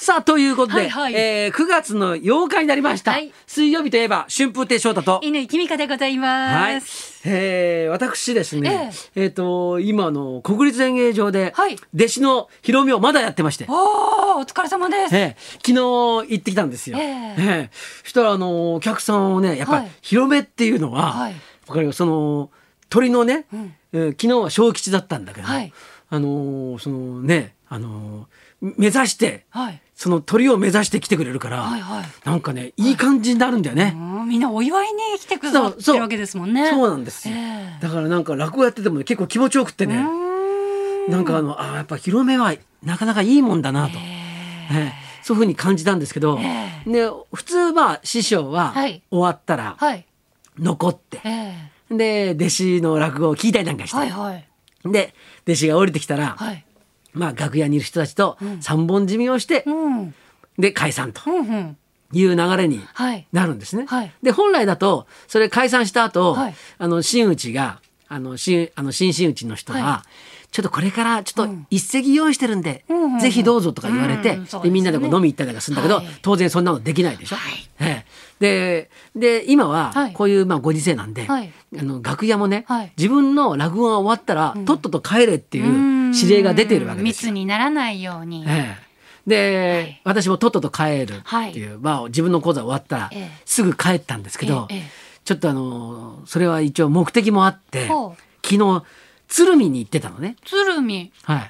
さあということで、 はい 9月の8日になりました、 はい、 水曜日といえば春風亭昇太と乾きみかでございます。 私ですね、今の国立演芸場で、 はい、 弟子のヒロミをまだやってまして、 お疲れ様です。 昨日行ってきたんですよ。そしたらお客さんをねやっぱり、ヒロメっていうのは、その鳥のね、昨日は小吉だったんだけど、そのね目指して、その鳥を目指して来てくれるから、なんかねいい感じになるんだよね。 みんなお祝いに来てくださってるわけですもんね。 そうなんですよ、だからなんか落語やってても、結構気持ちよくってね、なんかやっぱ広めはなかなかいいもんだなと、そういうふうに感じたんですけど、で普通は師匠は終わったら残って、で弟子の落語を聞いたりなんかして、で弟子が降りてきたら、まあ、楽屋にいる人たちと三本締めをして、で解散という流れになるんですね。で本来だとそれ解散した後、真打ちが新真打ちの人が、ちょっとこれからちょっと一席用意してるんで、ぜひどうぞとか言われて、でみんなでこう飲み行ったりとかするんだけど、当然そんなのできないでしょ。で今はこういうご時世なんで、楽屋もね、自分の落語が終わったらとっとと帰れっていう指令が出ているわけですよ。 密にならないように。 で私もとっとと帰るっていう、自分の講座終わったらすぐ帰ったんですけど、ちょっとそれは一応目的もあって、昨日鶴見に行ってたのね。 鶴見、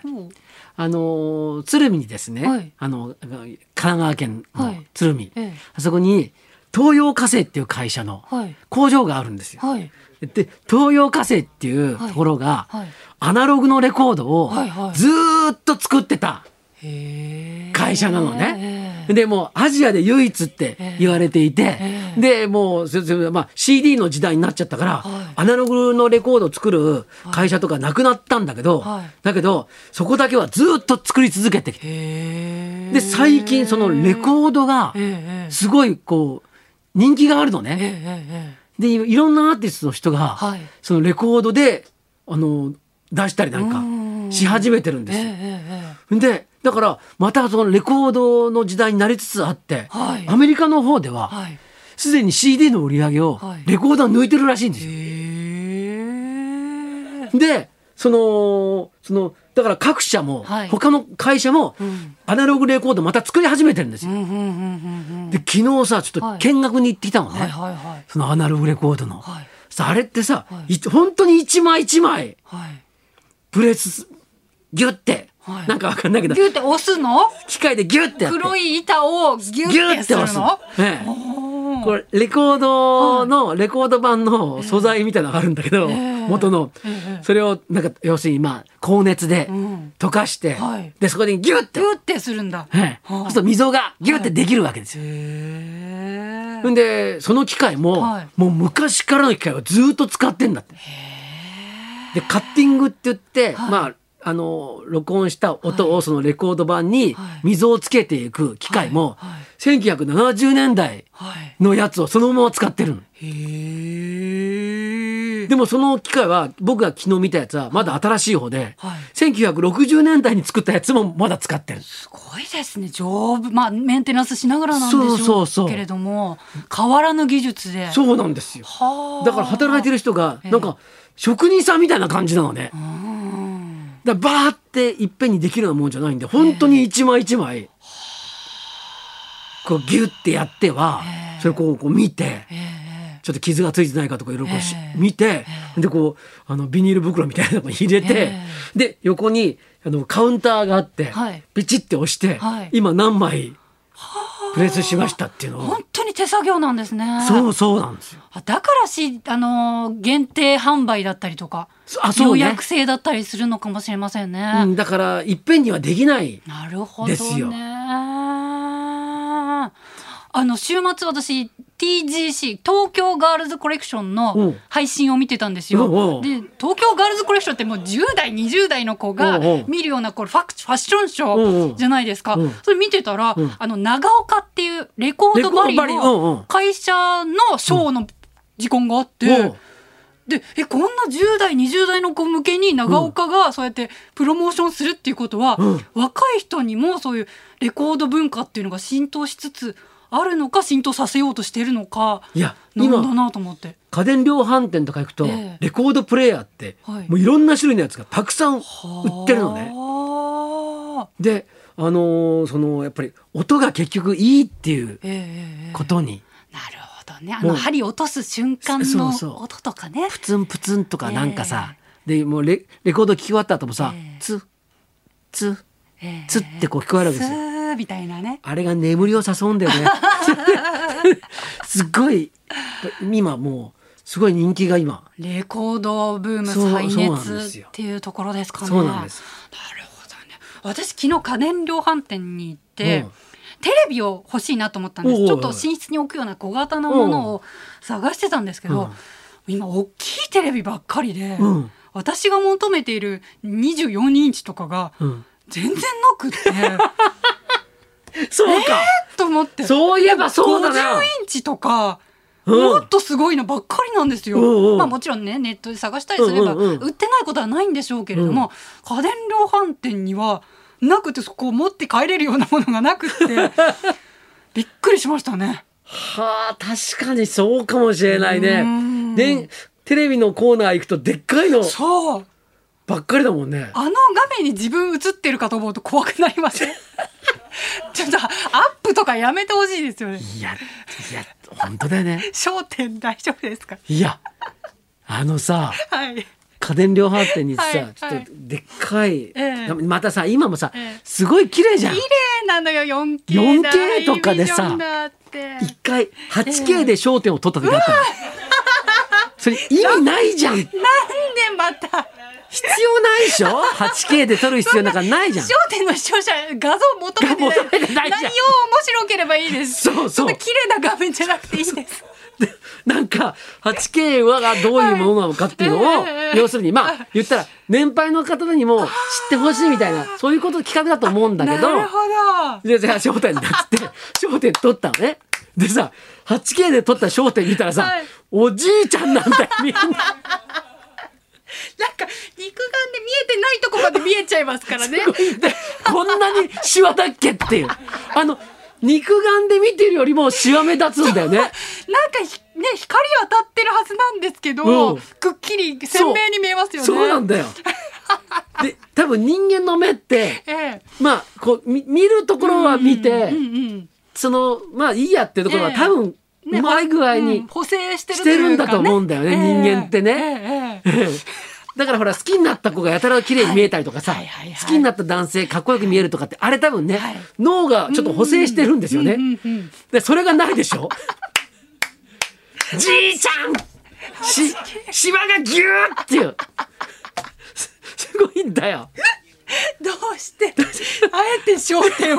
鶴見にですね、神奈川県の鶴見、あそこに東洋化成っていう会社の工場があるんですよ。で東洋化成っていうところが、アナログのレコードをずっと作ってた会社なのね。でもうアジアで唯一って言われていて、でもうCD の時代になっちゃったから、アナログのレコードを作る会社とかなくなったんだけど、そこだけはずっと作り続けてきて、で最近そのレコードがすごいこう人気があるのね。でいろんなアーティストの人がそのレコードで出したりなんかし始めてるんですよ。でだからまたそのレコードの時代になりつつあって、アメリカの方ではすでに CD の売り上げをレコードは抜いてるらしいんですよ。でだから各社も、他の会社もアナログレコードまた作り始めてるんですよ。で昨日さちょっと見学に行ってきたのね、そのアナログレコードの、あれってさ、本当に一枚一枚プレスギュッて、なんかわかんないけどギュッて押すの、 機械でギュッてやって黒い板をギュッてするの。 これレコードの、レコード版の素材みたいなのがあるんだけど、元の、それをなんか要するに高熱で溶かして、でそこでギュッてするんだ。 そうすると溝がギュッてできるわけですよ。でその機械も、もう昔からの機械をずっと使ってんだって。でカッティングって言って、録音した音をそのレコード版に溝をつけていく機械も、1970年代のやつをそのまま使ってるの。でもその機械は僕が昨日見たやつはまだ新しい方で、1960年代に作ったやつもまだ使ってる。 すごいですね。丈夫、メンテナンスしながらなんでしょうけれども、変わらぬ技術で。そうなんですよ。だから働いてる人がなんか職人さんみたいな感じなのね。だバーっていっぺんにできるようなもんじゃないんで、本当に一枚一枚こうギュッてやっては、それこう見て、ちょっと傷がついてないかとかいろいろ見て、でこうビニール袋みたいなのを入れて、で横にカウンターがあって、ピチッて押して、今何枚プレスしましたっていうのを。 本当に手作業なんですね。 そうなんですよ。 だから限定販売だったりとか、予約制だったりするのかもしれませんね。 だからいっぺんにはできないですよ。 週末私 TGC 東京ガールズコレクションの配信を見てたんですよ。で東京ガールズコレクションってもう10代20代の子が見るようなファッションショーじゃないですか。それ見てたら、長岡っていうレコードバリの会社のショーの時間があって、 でこんな10代20代の子向けに長岡がそうやってプロモーションするっていうことは、若い人にもそういうレコード文化っていうのが浸透しつつあるのか、浸透させようとしているのか、 いやなんだなと思って。 家電量販店とか行くと、レコードプレーヤーって、もういろんな種類のやつがたくさん売ってるのね。でそのやっぱり音が結局いいっていうことに、 なるほどね、針落とす瞬間の音とかね、 プツンプツンとかなんかさ、でもうレコード聞き終わった後もさ、ツツツってこう聞こえるわけですよ、 みたいなね。 あれが眠りを誘うんだよねすごい今もうすごい人気が今レコードブーム再熱っていうところですかね。 そうなんです。 なるほどね。私昨日家電量販店に行って、テレビを欲しいなと思ったんです。ちょっと寝室に置くような小型のものを探してたんですけど、今大きいテレビばっかりで、私が求めている24インチとかが全然なくってそうか、 と思って、 そういえばそうだな、 50インチとかもっとすごいのばっかりなんですよ。まあもちろんね、ネットで探したりすれば売ってないことはないんでしょうけれども、家電量販店にはなくて、そこを持って帰れるようなものがなくってびっくりしましたね。 はあ、確かにそうかもしれないね。でテレビのコーナー行くとでっかいのばっかりだもんね。 あの画面に自分映ってるかと思うと怖くなりませんちょっとアップとかやめてほしいですよね。 いや本当だよね。 焦点大丈夫ですか。 いやさ、家電量販店にさ、ちょっとでっかい、またさ今もさ、すごい綺麗じゃん。 綺麗なのよ。 4K とかでさ、一回 8K で焦点を撮った時あったのそれ意味ないじゃん。なんでまた必要ないでしょ8K で撮る必要なんかないじゃん。 焦点の視聴者画像求めてない。内容面白ければいいです。そんな綺麗な画面じゃなくていいですなんか 8K はどういうものなのかっていうのを、要するに言ったら年配の方にも知ってほしいみたいな、そういうこと企画だと思うんだけど、 なるほど。 で焦点だっつって焦点撮ったのね。でさ 8K で撮った焦点見たらさ、おじいちゃんなんだよみんななんか肉眼で見えてないとこまで見えちゃいますからねこんなにシワだっけっていう肉眼で見てるよりもシワ目立つんだよね。なんかね、光当たってるはずなんですけど、くっきり鮮明に見えますよね。 そうなんだよで多分人間の目って、こう見るところは見て、いいやっていうところは多分うまい具合に補正してるんだと思うんだよね、人間ってね。だからほら好きになった子がやたら綺麗に見えたりとかさ、好きになった男性かっこよく見えるとかって、あれ多分ね、脳がちょっと補正してるんですよね。でそれがないでしょじいちゃんシワがギューっていうすごいんだよ。 どうしてあえて焦点を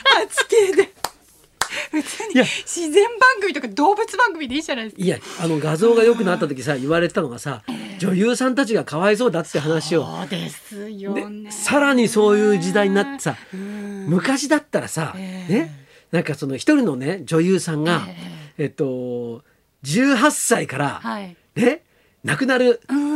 8K で別に自然番組とか動物番組でいいじゃないですか。 いや画像が良くなった時さ言われてたのがさ、女優さんたちがかわいそうだって話を。 そうですよね。 さらにそういう時代になってさ、昔だったらさ、なんかその一人のね女優さんが、18歳から、亡くなる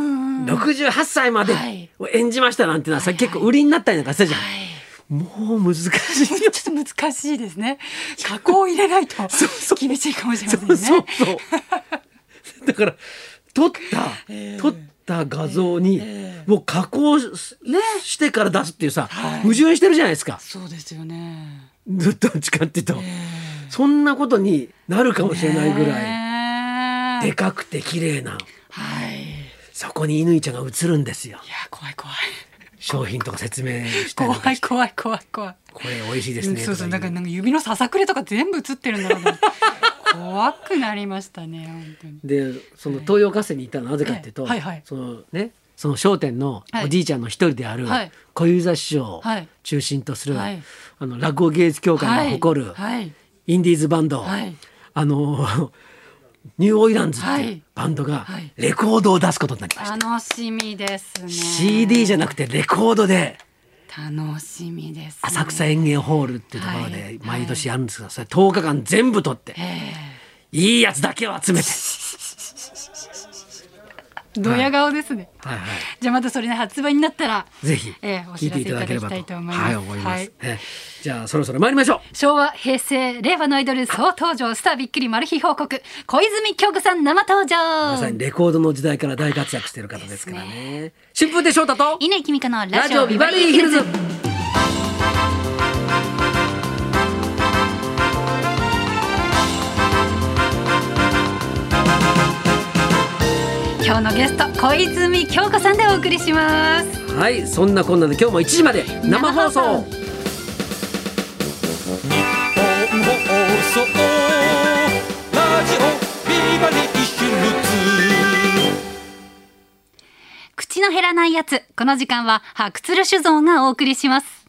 68歳までを演じましたなんてのはさ、結構売りになったりなんかしたじゃん。もう難しいちょっと難しいですね。加工を入れないと厳しいかもしれませんね。 だから撮った画像にもう加工してから出すっていうさ、矛盾してるじゃないですか。 そうですよね。 どっちかっていうと、そんなことになるかもしれないぐらいでかくて綺麗な、そこに乾ちゃんが映るんですよ。 いや怖い商品とか説明したり怖いこれ美味しいですね、 そうなんか指のささくれとか全部映ってるんだろうな怖くなりましたね本当に。 でその東洋合戦に行ったのはなぜかっていうと、その商店のおじいちゃんの一人である小遊三師匠を中心とする、落語芸術協会が誇るインディーズバンド、ニューオイランズっていうバンドがレコードを出すことになりました。 楽しみですね。 CD じゃなくてレコードで。 楽しみです、ね、 浅草園芸ホールっていうところで毎年やるんですけど、それ10日間全部撮っていいやつだけを集めてドヤ顔ですね。 はいはい、 じゃあまたそれね発売になったらぜひお知らせいただきたいと思います。 はい、思います。じゃあそろそろ参りましょう。 昭和平成令和のアイドル総登場、スターびっくりマル秘報告、小泉京子さん生登場。 まさにレコードの時代から大活躍している方ですからね。春風亭昇太と稲井君香のラジオビバリーヒルズ。 今日のゲスト小泉京子さんでお送りします。 はい、そんなこんなで今日も1時まで生放送。 日本放送ラジオビバリーヒルズ。 口の減らないやつ、この時間は白鶴酒造がお送りします。